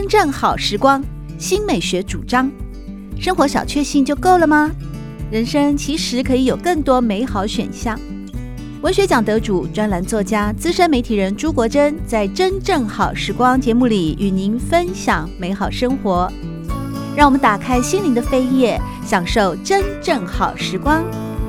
正好时光，新美学主张。生活小确幸就够了吗？人生其实可以有更多美好选项。文学奖得主、专栏作家、资深媒体人朱国珍在《真正好时光》节目里与您分享美好生活。让我们打开心灵的扉页，享受真正好时光。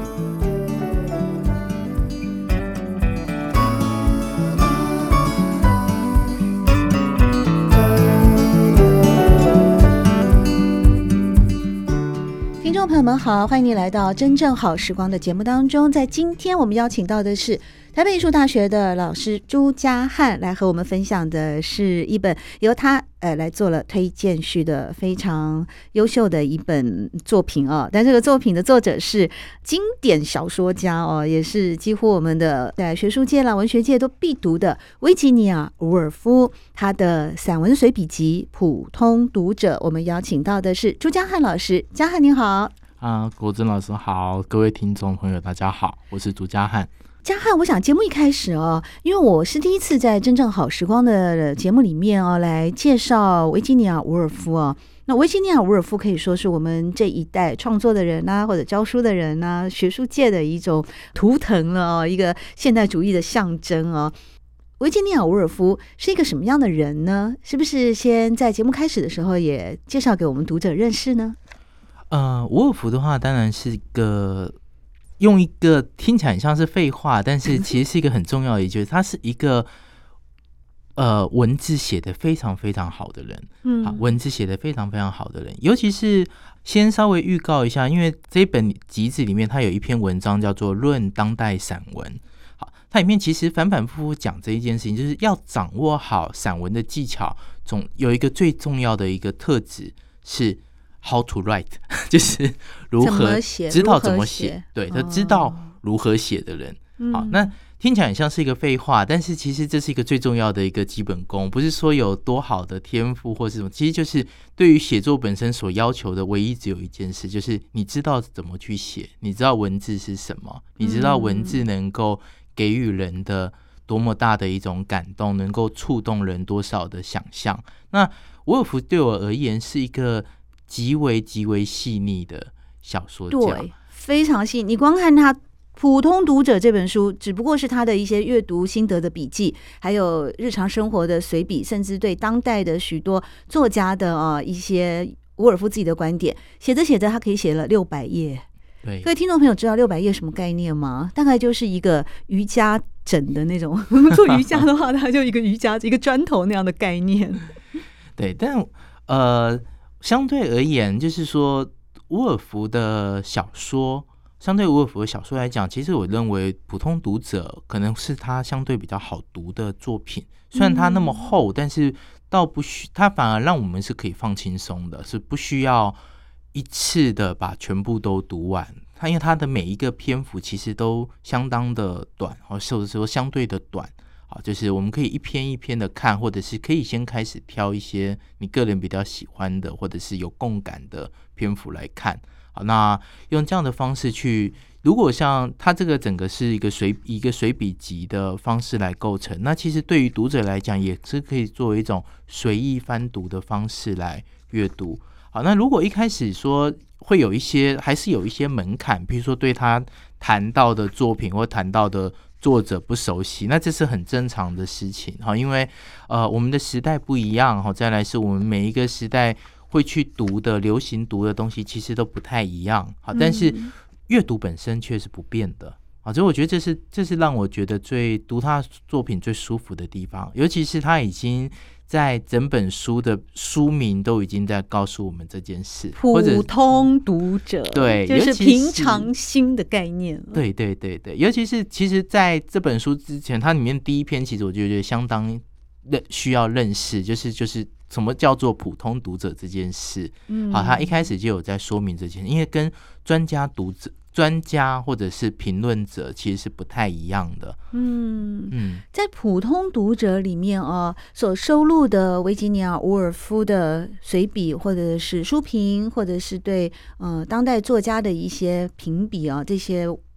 听众朋友们好，欢迎你来到真正好时光的节目当中。在今天我们邀请到的是台北艺术大学的老师朱家翰，来和我们分享的是一本由他来做了推荐序的非常优秀的一本作品哦。但这个作品的作者是经典小说家哦，也是几乎我们的在学术界啦、文学界都必读的维吉尼亚·伍尔夫，他的散文随笔集《普通读者》。我们邀请到的是朱家翰老师。家翰你好。 国珍老师好，各位听众朋友大家好，我是朱家翰。 家翰，我想节目一开始哦，因为我是第一次在真正好时光的节目里面哦，来介绍维吉尼亚·伍尔夫哦。那维吉尼亚·伍尔夫可以说是我们这一代创作的人啊，或者教书的人啊，学术界的一种图腾了哦，一个现代主义的象征哦。维吉尼亚·伍尔夫是一个什么样的人呢？是不是先在节目开始的时候也介绍给我们读者认识呢？ 伍尔夫的话，当然是用一个听起来很像是废话，但是其实是一个很重要的，就是他是一个文字写得非常非常好的人。文字写得非常非常好的人，尤其是先稍微预告一下，因为这本集子里面它有一篇文章叫做《论当代散文》。它里面其实反反复复讲这一件事情，就是要掌握好散文的技巧，总有一个最重要的一个特质是how to write， 就是如何知道怎么写，对，他知道如何写的人。好，那听起来很像是一个废话，但是其实这是一个最重要的一个基本功，不是说有多好的天赋或是什么，其实就是对于写作本身所要求的唯一只有一件事，就是你知道怎么去写，你知道文字是什么，你知道文字能够给予人的多么大的一种感动，能够触动人多少的想象。那伍尔夫对我而言是一个极为极为细腻的小说家， 对，非常细。你光看他《普通读者》这本书，只不过是他的一些阅读心得的笔记，还有日常生活的随笔，甚至对当代的许多作家的一些伍尔夫自己的观点，写着写着，他可以写了600页。 对， 各位听众朋友知道600页什么概念吗？大概就是一个瑜伽枕的那种，做瑜伽的话，它就一个瑜伽一个砖头那样的概念。 对，但相对而言，就是说伍尔夫的小说，相对伍尔夫的小说来讲，其实我认为《普通读者》可能是他相对比较好读的作品。虽然它那么厚，但是倒不需，它反而让我们是可以放轻松的，是不需要一次的把全部都读完。它因为它的每一个篇幅其实都相当的短，或者说相对的短。就是我们可以一篇一篇的看，或者是可以先开始挑一些你个人比较喜欢的，或者是有共感的篇幅来看。好，那用这样的方式去，如果像它这个整个是一个随笔集的方式来构成，那其实对于读者来讲也是可以作为一种随意翻读的方式来阅读。好，那如果一开始说会有一些，还是有一些门槛，比如说对他谈到的作品或谈到的作者不熟悉，那这是很正常的事情。因为我们的时代不一样，再来是我们每一个时代会去读的流行读的东西其实都不太一样。好，但是阅读本身却是不变的。所以我觉得这是让我觉得读他作品最舒服的地方，尤其是他已经在整本书的书名都已经在告诉我们这件事， 普通读者， 对， 就是平常心的概念了。 对对对对，尤其是其实在这本书之前，它里面第一篇其实我觉得相当需要认识，就是什么叫做普通读者这件事。好，他一开始就有在说明这件事，因为跟专家或者是评论者其实是不太一样的。在普通读者里面所收录的维吉尼亚·伍尔夫的随笔，或者是书评，或者是对当代作家的一些评比这些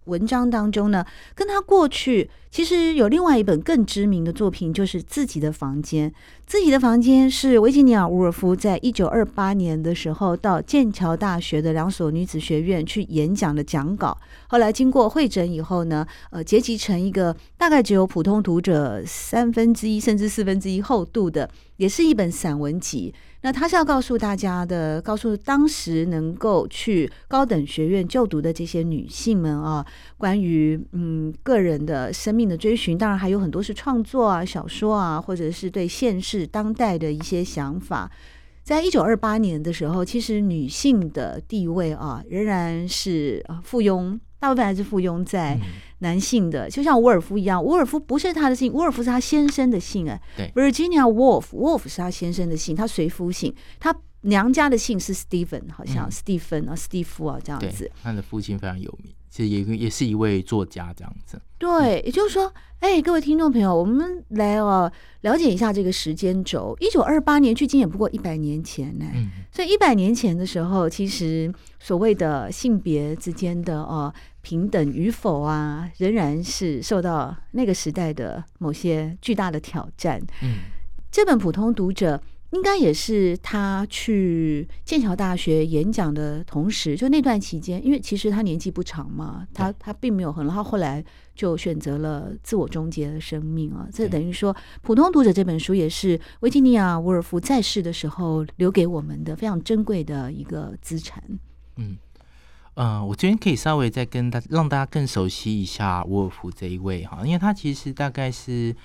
文章当中呢，跟他过去其实有另外一本更知名的作品，就是《自己的房间》。《自己的房间》是维吉尼亚·伍尔夫在1928年的时候到剑桥大学的2所女子学院去演讲的讲稿，后来经过汇整以后呢，结集成一个大概只有普通读者1/3甚至1/4厚度的，也是一本散文集。那他是要告诉大家的，告诉当时能够去高等学院就读的这些女性们啊，关于个人的生命的追寻，当然还有很多是创作啊、小说啊，或者是对现世当代的一些想法。在1928年的时候，其实女性的地位啊，仍然是附庸，大部分还是附庸在男性的，就像伍尔夫一样，伍尔夫不是他的姓，伍尔夫是他先生的姓Virginia Woolf 是他先生的姓，他随夫姓，他娘家的姓是 Stephen， 好像史蒂芬啊、史蒂夫啊这样子。 他的父亲非常有名，其实也是一位作家这样子。 对，也就是说，各位听众朋友，我们来了解一下这个时间轴。1928年距今也不过100年前呢，所以100年前的时候，其实所谓的性别之间的平等与否啊，仍然是受到那个时代的某些巨大的挑战。这本《普通读者》应该也是他去剑桥大学演讲的同时，就那段期间，因为其实他年纪不长嘛，他并没有很老，他后来就选择了自我终结的生命啊。这等于说，《普通读者》这本书也是维吉尼亚·伍尔夫在世的时候留给我们的非常珍贵的一个资产。 我这边可以稍微再让大家更熟悉一下伍尔夫这一位哈，因为他其实大概是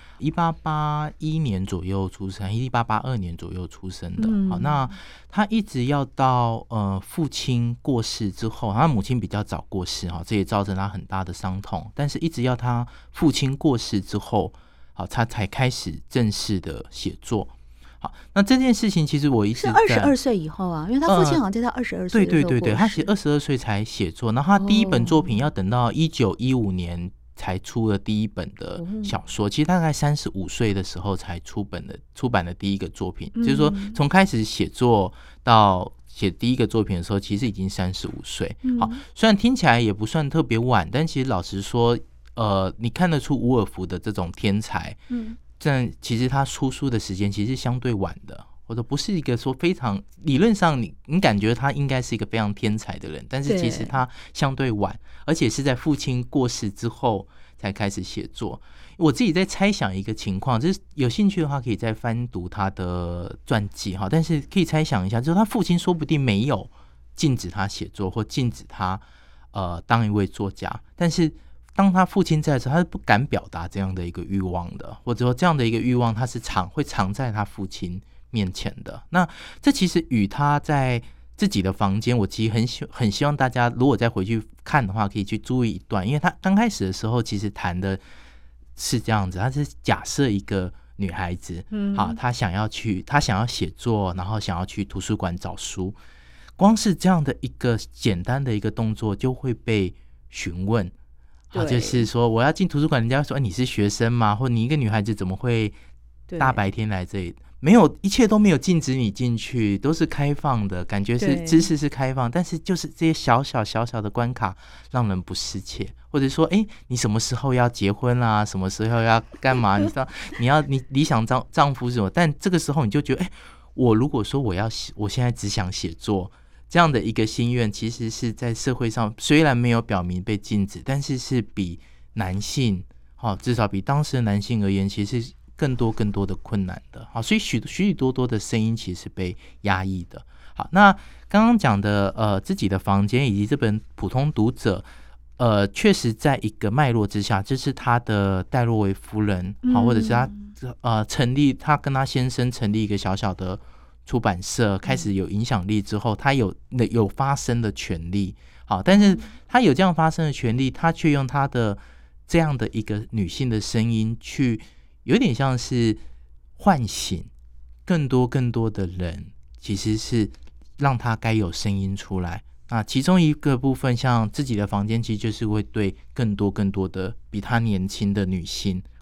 1881年左右出生，1882年左右出生的。好，那他一直要到父亲过世之后，他母亲比较早过世哈，这也造成他很大的伤痛。但是一直要他父亲过世之后，好，他才开始正式的写作。好，那这件事情其实我一直在是22岁以后啊，因为他父亲好像在他22岁的时候对，他其实22岁才写作，然后他第一本作品要等到1915年才出了第一本的小说，其实大概35岁的时候才出版的第一个作品，就是说从开始写作到写第一个作品的时候，其实已经35岁。好，虽然听起来也不算特别晚，但其实老实说，你看得出伍尔夫的这种天才，但其实他出书的时间其实是相对晚的，或者不是一个说非常理论上你感觉他应该是一个非常天才的人，但是其实他相对晚，而且是在父亲过世之后才开始写作。我自己在猜想一个情况，就是有兴趣的话可以再翻读他的传记哈，但是可以猜想一下，就是他父亲说不定没有禁止他写作或禁止他当一位作家，但是当他父亲在的时候，他是不敢表达这样的一个欲望的，或者说这样的一个欲望，他是会藏在他父亲面前的。那这其实与他在自己的房间，我其实很希望大家如果再回去看的话，可以去注意一段，因为他刚开始的时候其实谈的是这样子，他是假设一个女孩子，好，她想要写作，然后想要去图书馆找书，光是这样的一个简单的一个动作就会被询问。就是说我要进图书馆，人家说你是学生吗？或你一个女孩子怎么会大白天来这里？没有，一切都没有禁止你进去，都是开放的，感觉是知识是开放，但是就是这些小小的关卡让人不适切，或者说你什么时候要结婚啊？什么时候要干嘛？你知道你理想丈夫是什么？但这个时候你就觉得我如果说我现在只想写作，这样的一个心愿其实是在社会上虽然没有表明被禁止，但是是比男性至少比当时的男性而言，其实是更多的困难的。好，所以许多的声音其实是被压抑的。好，那刚刚讲的自己的房间以及这本普通读者，确实在一个脉络之下，就是他的戴洛维夫人，好，或者是他跟他先生成立一个小小的出版社，开始有影响力之后，他有发声的权利。好，但是他有这样发声的权利，他却用他的这样的一个女性的声音去有点像是唤醒更多的人，其实是让他该有声音出来。那其中一个部分，像自己的房间，其实就是会对更多的比他年轻的女性，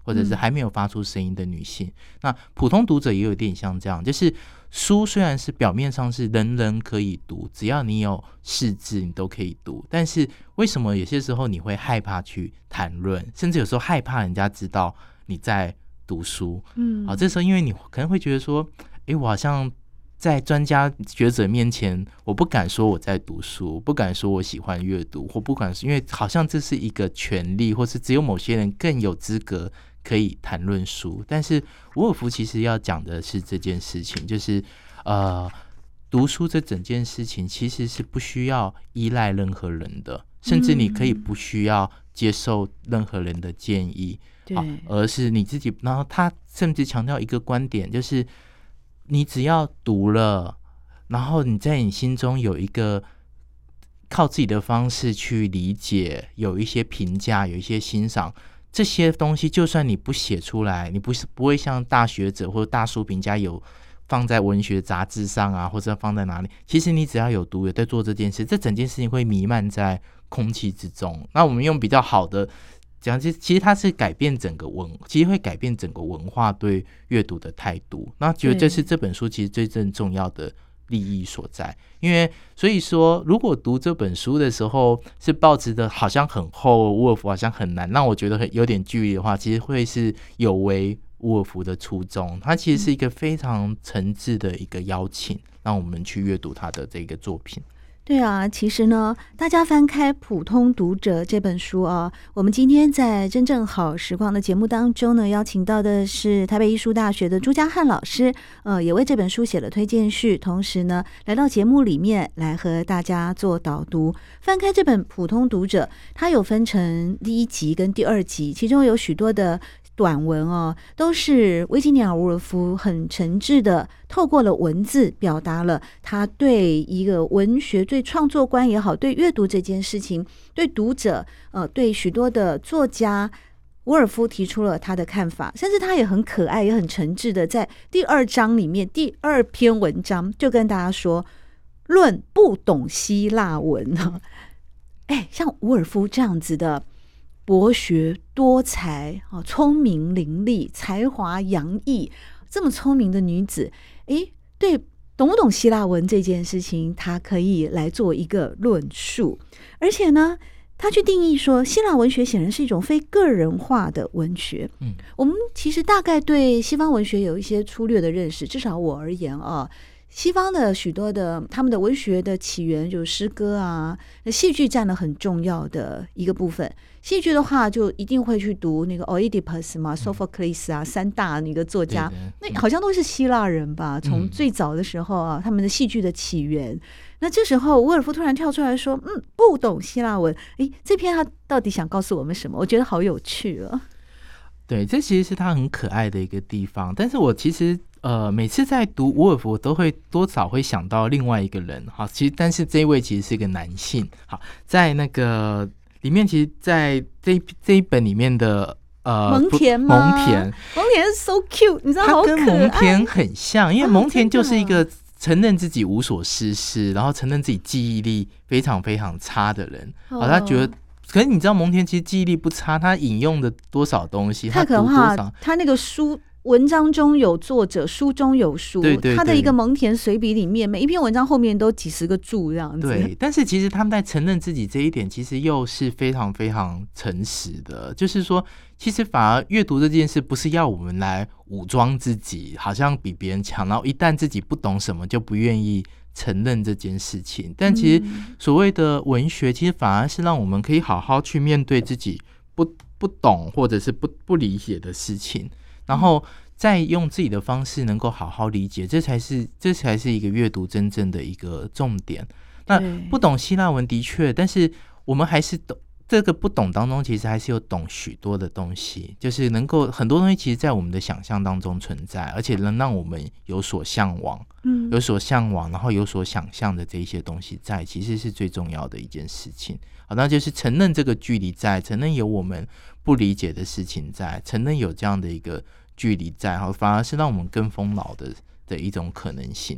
或者是还没有发出声音的女性。那普通读者也有点像这样，就是书虽然是表面上是人人可以读，只要你有识字你都可以读，但是为什么有些时候你会害怕去谈论，甚至有时候害怕人家知道你在读书？好，这时候因为你可能会觉得说，我好像在专家学者面前，我不敢说我在读书，不敢说我喜欢阅读，或不敢说，因为好像这是一个权利，或是只有某些人更有资格可以谈论书。但是伍尔夫其实要讲的是这件事情，就是读书这整件事情其实是不需要依赖任何人的，甚至你可以不需要接受任何人的建议，而是你自己。然后他甚至强调一个观点，就是你只要读了，然后你在你心中有一个靠自己的方式去理解，有一些评价，有一些欣赏，这些东西就算你不写出来，你不会像大学者或者大书评家有放在文学杂志上啊，或者放在哪里，其实你只要有读，有在做这件事，这整件事情会弥漫在空气之中。那我们用比较好的讲，其实它是改变整个其实会改变整个文化对阅读的态度。那觉得这是这本书其实最重要的利益所在。因为所以说，如果读这本书的时候是抱持的好像很厚，伍尔夫好像很难，让我觉得有点距离的话，其实会是有违伍尔夫的初衷。它其实是一个非常诚挚的一个邀请，让我们去阅读他的这个作品。 对啊，其实呢，大家翻开《普通读者》这本书啊，我们今天在真正好时光的节目当中呢，邀请到的是台北艺术大学的朱家翰老师，也为这本书写了推荐序，同时呢，来到节目里面来和大家做导读。翻开这本《普通读者》，它有分成第1集跟第2集，其中有许多的短文哦，都是维吉尼亚·伍尔夫很诚挚的透过了文字表达了他对一个文学、对创作观也好，对阅读这件事情，对读者，对许多的作家，伍尔夫提出了他的看法，甚至他也很可爱，也很诚挚的在第2章里面第2篇文章就跟大家说，论不懂希腊文。像伍尔夫这样子的博学多才，聪明伶俐，才华洋溢，这么聪明的女子，对懂不懂希腊文这件事情，她可以来做一个论述。而且呢，她去定义说，希腊文学显然是一种非个人化的文学。我们其实大概对西方文学有一些粗略的认识，至少我而言啊。西方的许多的他们的文学的起源就是诗歌啊，戏剧占了很重要的一个部分。戏剧的话就一定会去读那个 Oedipus 嘛，Sophocles 啊，3大那个作家，那好像都是希腊人吧，从最早的时候啊，他们的戏剧的起源。那这时候伍尔夫突然跳出来说，不懂希腊文，这篇他到底想告诉我们什么？我觉得好有趣了。 对，这其实是他很可爱的一个地方。但是我其实每次在读伍尔夫，我都会多少会想到另外一个人。好，其实但是这一位其实是一个男性。好，在那个里面，其实在这一本里面的蒙田吗？蒙田是 so cute， 你知道好可爱，他跟蒙田很像，因为蒙田就是一个承认自己无所事事，然后承认自己记忆力非常非常差的人。他觉得。可是你知道蒙田其实记忆力不差，他引用的多少东西， 太可怕了。他那个书文章中有作者，书中有书，对，他的一个蒙田随笔里面，每一篇文章后面都几十个注这样子。 对，但是其实他们在承认自己这一点，其实又是非常非常诚实的。就是说，其实反而阅读这件事，不是要我们来武装自己，好像比别人强，然后一旦自己不懂什么，就不愿意承认这件事情。但其实所谓的文学，其实反而是让我们可以好好去面对自己不懂或者是不理解的事情，然后再用自己的方式能够好好理解，这才是一个阅读真正的一个重点。那不懂希腊文的确，但是我们还是懂。这个不懂当中，其实还是有懂许多的东西，就是能够很多东西，其实在我们的想象当中存在，而且能让我们有所向往，有所向往，然后有所想象的这一些东西在，其实是最重要的一件事情。好，那就是承认这个距离在，承认有我们不理解的事情在，承认有这样的一个距离在，反而是让我们更丰饶的一种可能性。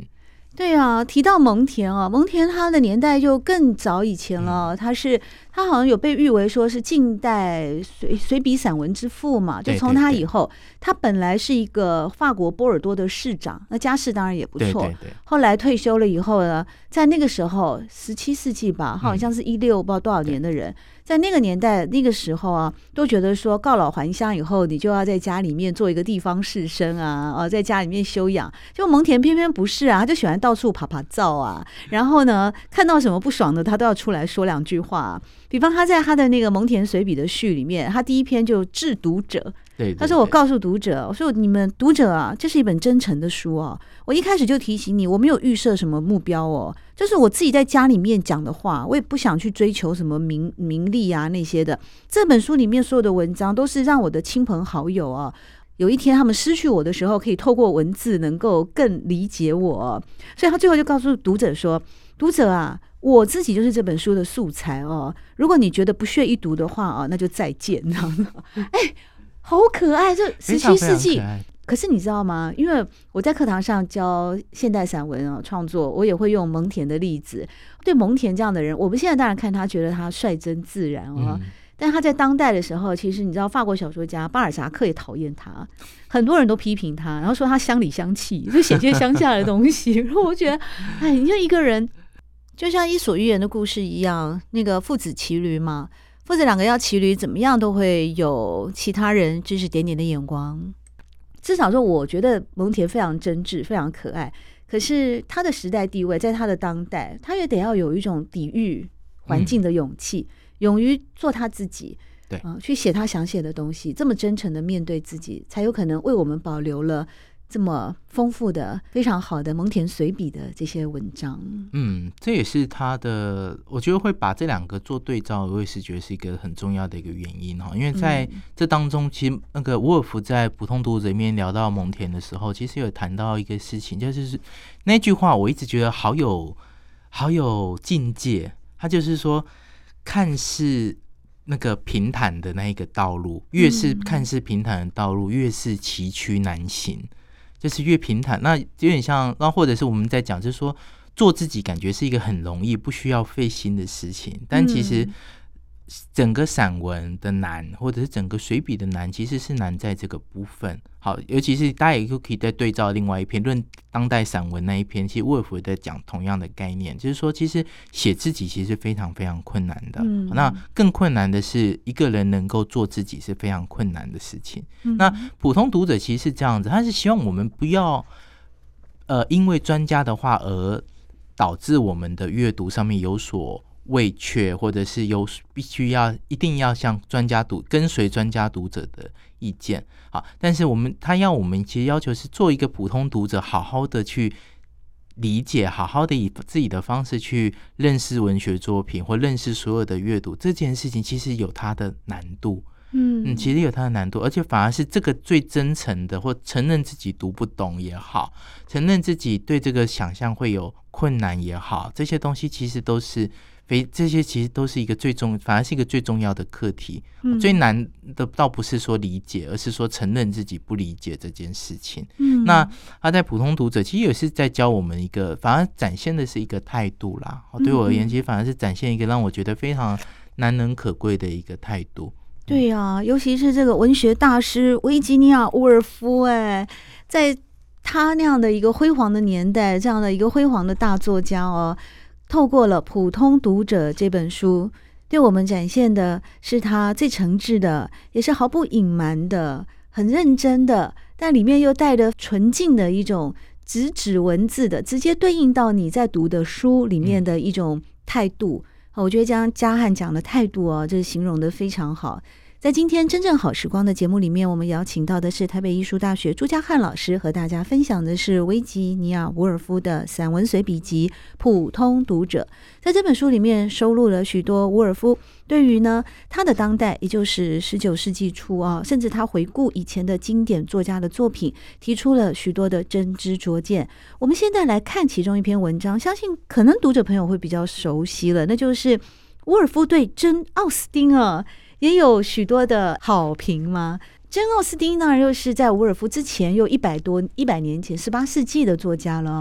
对啊，提到蒙恬啊，蒙恬他的年代就更早以前了，他好像有被誉为说是近代随笔散文之父嘛，就从他以后，他本来是一个法国波尔多的市长，那家世当然也不错， 对， 后来退休了以后呢，在那个时候17世纪吧，好像是16不知道多少年的人，在那个年代那个时候啊，都觉得说告老还乡以后，你就要在家里面做一个地方士绅啊，在家里面休养。就蒙恬偏偏不是啊，他就喜欢到处爬灶啊，然后呢，看到什么不爽的，他都要出来说2句话啊。比方他在他的那个蒙恬随笔的序里面，他第一篇就致读者。他说：“我告诉读者，我说你们读者啊，这是一本真诚的书啊。我一开始就提醒你，我没有预设什么目标哦，这是我自己在家里面讲的话，我也不想去追求什么名利啊那些的。这本书里面所有的文章都是让我的亲朋好友啊，有一天他们失去我的时候，可以透过文字能够更理解我。所以他最后就告诉读者说：读者啊。”我自己就是这本书的素材哦。如果你觉得不屑一读的话啊，那就再见。哎，好可爱，这17世纪。可是你知道吗？因为我在课堂上教现代散文啊创作，我也会用蒙恬的例子。对蒙恬这样的人，我们现在当然看他觉得他率真自然哦。但他在当代的时候，其实你知道，法国小说家巴尔扎克也讨厌他，很多人都批评他，然后说他乡里乡气，就写些乡下的东西。然后我觉得，哎，你就一个人。就像伊索寓言的故事一样，那个父子骑驴嘛，父子2个要骑驴，怎么样都会有其他人指指点点的眼光。至少说，我觉得蒙恬非常真挚，非常可爱。可是他的时代地位，在他的当代，他也得要有一种抵御环境的勇气，勇于做他自己， 对， 去写他想写的东西，这么真诚的面对自己，才有可能为我们保留了这么丰富的、非常好的蒙恬随笔的这些文章。 这也是他的，我觉得会把这2个做对照，我也是觉得是一个很重要的一个原因哈。因为在这当中，其实那个伍尔夫在《普通读者》里面聊到蒙恬的时候，其实有谈到一个事情，就是那句话我一直觉得好有境界。他就是说，看似那个平坦的那一个道路，越是看似平坦的道路，越是崎岖难行。就是越平坦，那有点像，那或者是我们在讲，就是说做自己感觉是一个很容易、不需要费心的事情，但其实整个散文的难，或者是整个随笔的难，其实是难在这个部分。好，尤其是大家也可以再对照另外一篇论当代散文那一篇，其实伍尔夫也在讲同样的概念，就是说其实写自己其实是非常非常困难的。那更困难的是一个人能够做自己是非常困难的事情。那普通读者其实是这样子，他是希望我们不要因为专家的话而导致我们的阅读上面有所畏怯，或者是一定要像跟随专家读者的意见。好，但是他要我们其实要求是做一个普通读者，好好的去理解，好好的以自己的方式去认识文学作品或认识所有的阅读，这件事情其实有它的难度。其实有它的难度，而且反而是这个最真诚的，或承认自己读不懂也好，承认自己对这个想象会有困难也好，这些东西其实都是这些其实都是一个反而是一个最重要的课题。最难的倒不是说理解，而是说承认自己不理解这件事情。那他在普通读者其实也是在教我们一个，反而展现的是一个态度啦。对我而言，其实反而是展现一个让我觉得非常难能可贵的一个态度。 对啊，尤其是这个文学大师维吉尼亚·伍尔夫，在他那样的一个辉煌的年代，这样的一个辉煌的大作家哦，透过了《普通读者》这本书，对我们展现的是他最诚挚的，也是毫不隐瞒的，很认真的，但里面又带着纯净的一种直指文字的，直接对应到你在读的书里面的一种态度。我觉得这样嘉汉讲的态度哦，这形容的非常好。在今天真正好时光的节目里面，我们邀请到的是台北艺术大学朱嘉汉老师，和大家分享的是维吉尼亚·伍尔夫的散文随笔集《普通读者》。在这本书里面收录了许多伍尔夫对于呢他的当代，也就是19世纪初啊，甚至他回顾以前的经典作家的作品，提出了许多的真知灼见。我们现在来看其中一篇文章，相信可能读者朋友会比较熟悉了，那就是伍尔夫对珍·奥斯汀啊也有许多的好评吗？珍·奥斯汀当然又是在伍尔夫之前又100年前18世纪的作家了。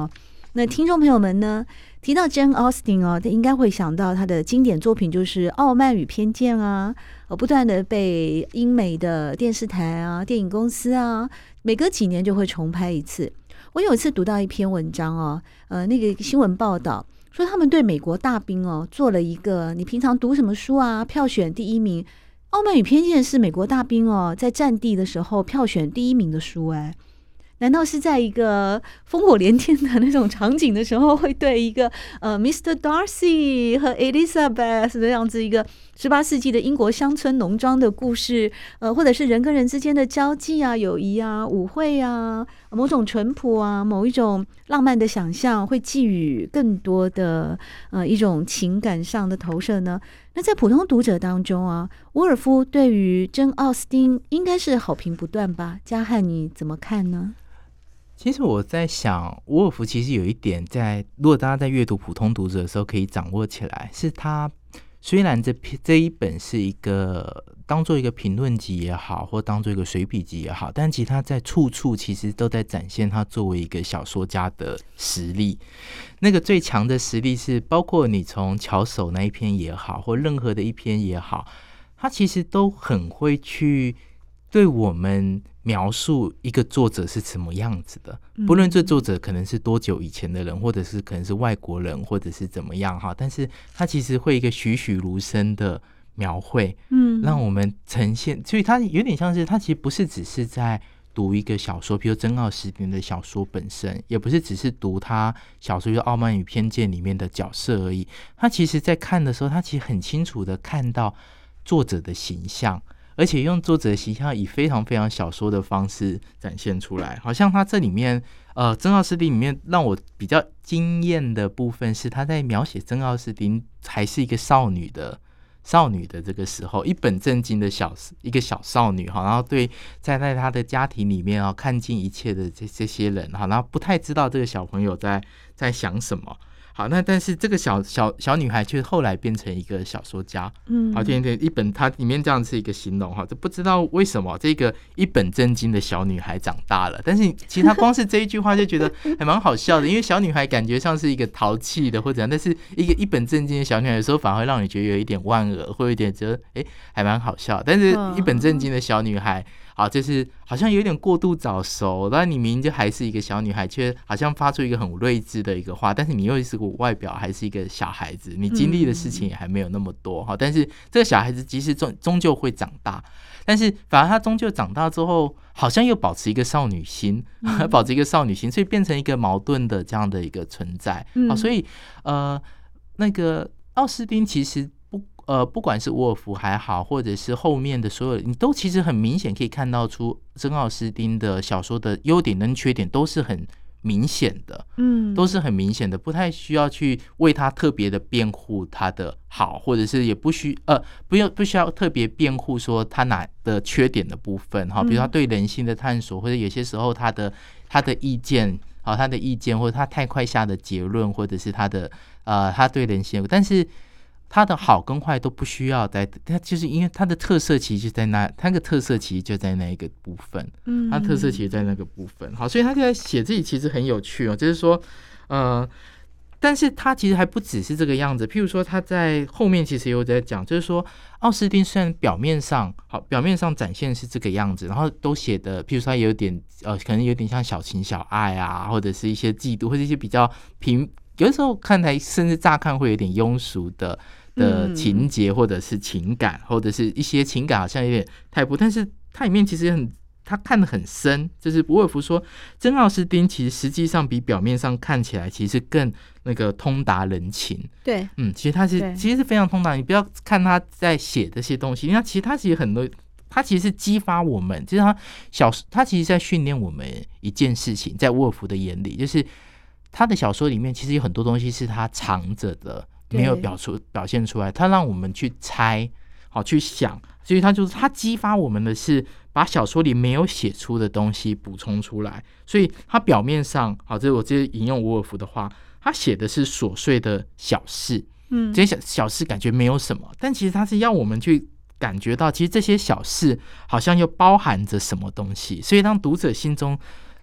那听众朋友们呢，提到 Jane Austen 哦，应该会想到她的经典作品就是《傲慢与偏见》啊，不断的被英美的电视台啊、电影公司啊，每隔几年就会重拍一次。我有一次读到一篇文章哦，那个新闻报道说他们对美国大兵哦做了一个你平常读什么书啊票选第1名，《傲慢与偏见》是美国大兵哦在战地的时候票选第1名的书哎。难道是在一个烽火连天的那种场景的时候，会对一个Mr. Darcy 和 Elizabeth 这样子一个18世纪的英国乡村农庄的故事，或者是人跟人之间的交际啊、友谊啊、舞会啊、某种淳朴啊、某一种浪漫的想象，会寄予更多的一种情感上的投射呢？那在普通读者当中啊，伍尔夫对于珍·奥斯汀应该是好评不断吧？嘉汉你怎么看呢？ 其实我在想，伍尔夫其实有一点如果大家在阅读普通读者的时候可以掌握起来，是他虽然这一本是一个当做一个评论集也好，或当做一个随笔集也好，但其实他在处处其实都在展现他作为一个小说家的实力。那个最强的实力是包括你从巧手那一篇也好，或任何的一篇也好，他其实都很会去对我们描述一个作者是什么样子的，不论这作者可能是多久以前的人，或者是可能是外国人，或者是怎么样哈，但是他其实会一个栩栩如生的描绘，让我们呈现，所以他有点像是他其实不是只是在读一个小说，比如珍·奥斯汀的小说本身，也不是只是读他小说《傲慢与偏见》里面的角色而已，他其实在看的时候，他其实很清楚的看到作者的形象，而且用作者的形象以非常非常小说的方式展现出来。好像他这里面珍·奥斯汀里面让我比较惊艳的部分是他在描写珍·奥斯汀还是一个少女的这个时候，一本正经的一个小少女，然后在她的家庭里面看尽一切的这些人，然后不太知道这个小朋友在想什么。好，那但是这个小女孩却后来变成一个小说家，好，一本它里面这样是一个形容哈，就不知道为什么这个一本正经的小女孩长大了，但是其实她光是这一句话就觉得还蛮好笑的，因为小女孩感觉像是一个淘气的或者样，但是一本正经的小女孩有时候反而会让你觉得有一点万恶，或有一点觉得还蛮好笑，但是一本正经的小女孩。好，就是好像有点过度早熟，但你明明就还是一个小女孩，却好像发出一个很睿智的一个话，但是你又是个外表还是一个小孩子，你经历的事情也还没有那么多。好，但是这个小孩子即使终究会长大，但是反而他终究长大之后，好像又保持一个少女心，保持一个少女心，所以变成一个矛盾的这样的一个存在。好，所以那个奥斯汀其实不管是伍尔夫还好，或者是后面的所有，你都其实很明显可以看到出珍·奥斯汀的小说的优点跟缺点都是很明显的，都是很明显的，不太需要去为他特别的辩护他的好，或者是也不需要特别辩护说他哪的缺点的部分哈，比如他对人性的探索，或者有些时候他的意见。好，他的意见或者他太快下的结论，或者是他对人性，但是他的好跟坏都不需要他就是因为他的特色其实就在他的特色其实就在那一个部分，他的特色其实在那个部分。好，所以他在写自己其实很有趣哦，就是说但是他其实还不只是这个样子，譬如说他在后面其实有在讲，就是说奥斯汀虽然表面上展现是这个样子，然后都写的譬如说他有点可能有点像小情小爱啊，或者是一些嫉妒，或者一些比较有的时候看来甚至乍看会有点庸俗的情节，或者是情感，或者是一些情感好像有点太不，但是它里面其实他看得很深，就是伍尔夫说珍·奥斯汀其实实际上比表面上看起来其实更那个通达人情。 对， 其实他其实是非常通达，你不要看他在写这些东西，因为他其实很多，他其实是激发我们，就是他其实在训练我们一件事情，在伍尔夫的眼里，就是他的小说里面其实有很多东西是他藏着的，没有表现出来，他让我们去猜，好去想，所以他激发我们的是把小说里没有写出的东西补充出来，所以他表面上，好，这是我直接引用伍尔夫的话，他写的是琐碎的小事，这些小事感觉没有什么，但其实他是要我们去感觉到，其实这些小事好像又包含着什么东西，所以当读者心中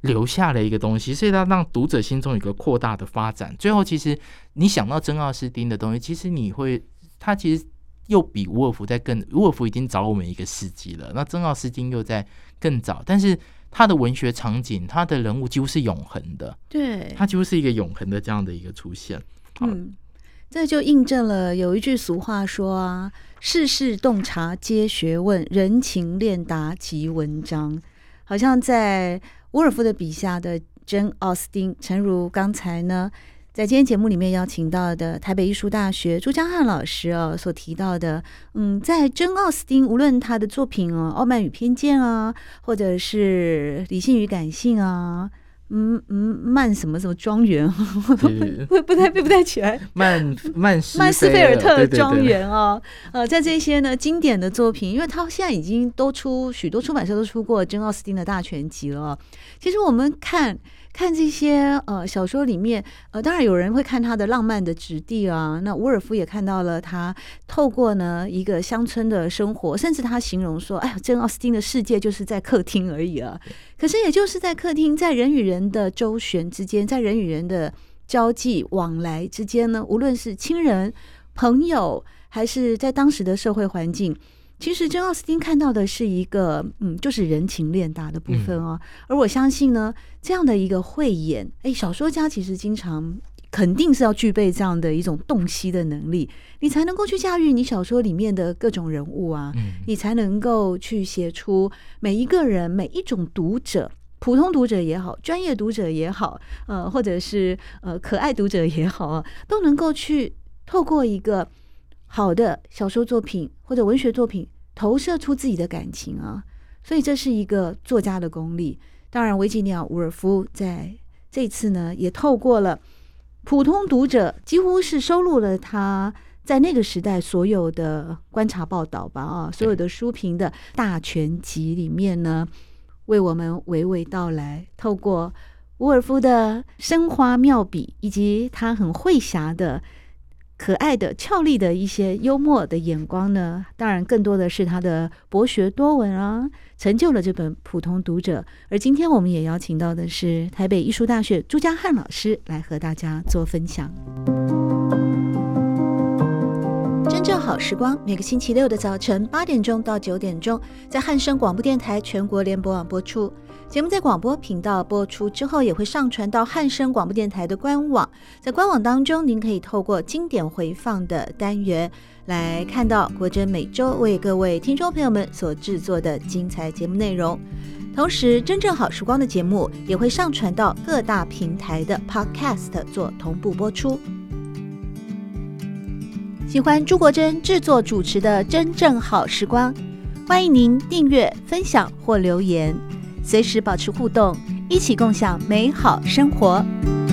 留下了一个东西，所以它让读者心中有一个扩大的发展。最后，其实你想到珍奥斯汀的东西，其实他其实又比伍尔夫伍尔夫已经早我们1个世纪了，那珍奥斯汀又在更早，但是他的文学场景，他的人物几乎是永恒的， 对， 他几乎是一个永恒的这样的一个出现。 这就印证了有一句俗话说啊，世事洞察皆学问，人情练达即文章。好像在伍尔夫的笔下的珍奥斯汀，诚如刚才呢在今天节目里面邀请到的台北艺术大学朱江汉老师所提到的，在珍奥斯汀无论他的作品傲慢与偏见啊，或者是理性与感性啊，曼什么庄园，不太背不太起来。 曼斯菲尔特庄园在这些呢经典的作品，因为他现在已经都许多出版社都出过珍奥斯汀的大全集了。其实我们看这些小说里面，当然有人会看他的浪漫的质地啊。那伍尔夫也看到了他透过呢一个乡村的生活，甚至他形容说，哎呀，珍奥斯汀的世界就是在客厅而已啊。可是也就是在客厅，在人与人的周旋之间，在人与人的交际往来之间呢，无论是亲人、朋友，还是在当时的社会环境，其实珍奥斯汀看到的是一个就是人情练达的部分而我相信呢，这样的一个慧眼，小说家其实经常肯定是要具备这样的一种洞悉的能力，你才能够去驾驭你小说里面的各种人物啊，你才能够去写出每一个人每一种读者，普通读者也好，专业读者也好，或者是可爱读者也好都能够去透过一个好的小说作品或者文学作品投射出自己的感情啊，所以这是一个作家的功力。当然维吉尼亚·伍尔夫在这次呢也透过了普通读者，几乎是收录了他在那个时代所有的观察报道吧所有的书评的大全集里面呢，为我们娓娓道来，透过伍尔夫的生花妙笔，以及他很慧黠的可爱的俏丽的一些幽默的眼光呢，当然更多的是他的博学多闻啊，成就了这本普通读者。而今天我们也邀请到的是台北艺术大学朱家汉老师来和大家做分享。真正好时光，每个星期六的早晨8点钟到9点钟，在汉声广播电台全国联播网播出。节目在广播频道播出之后，也会上传到汉声广播电台的官网。在官网当中，您可以透过经典回放的单元来看到国珍每周为各位听众朋友们所制作的精彩节目内容。同时，真正好时光的节目也会上传到各大平台的 Podcast 做同步播出。喜欢朱国珍制作主持的真正好时光，欢迎您订阅、分享或留言，随时保持互动，一起共享美好生活。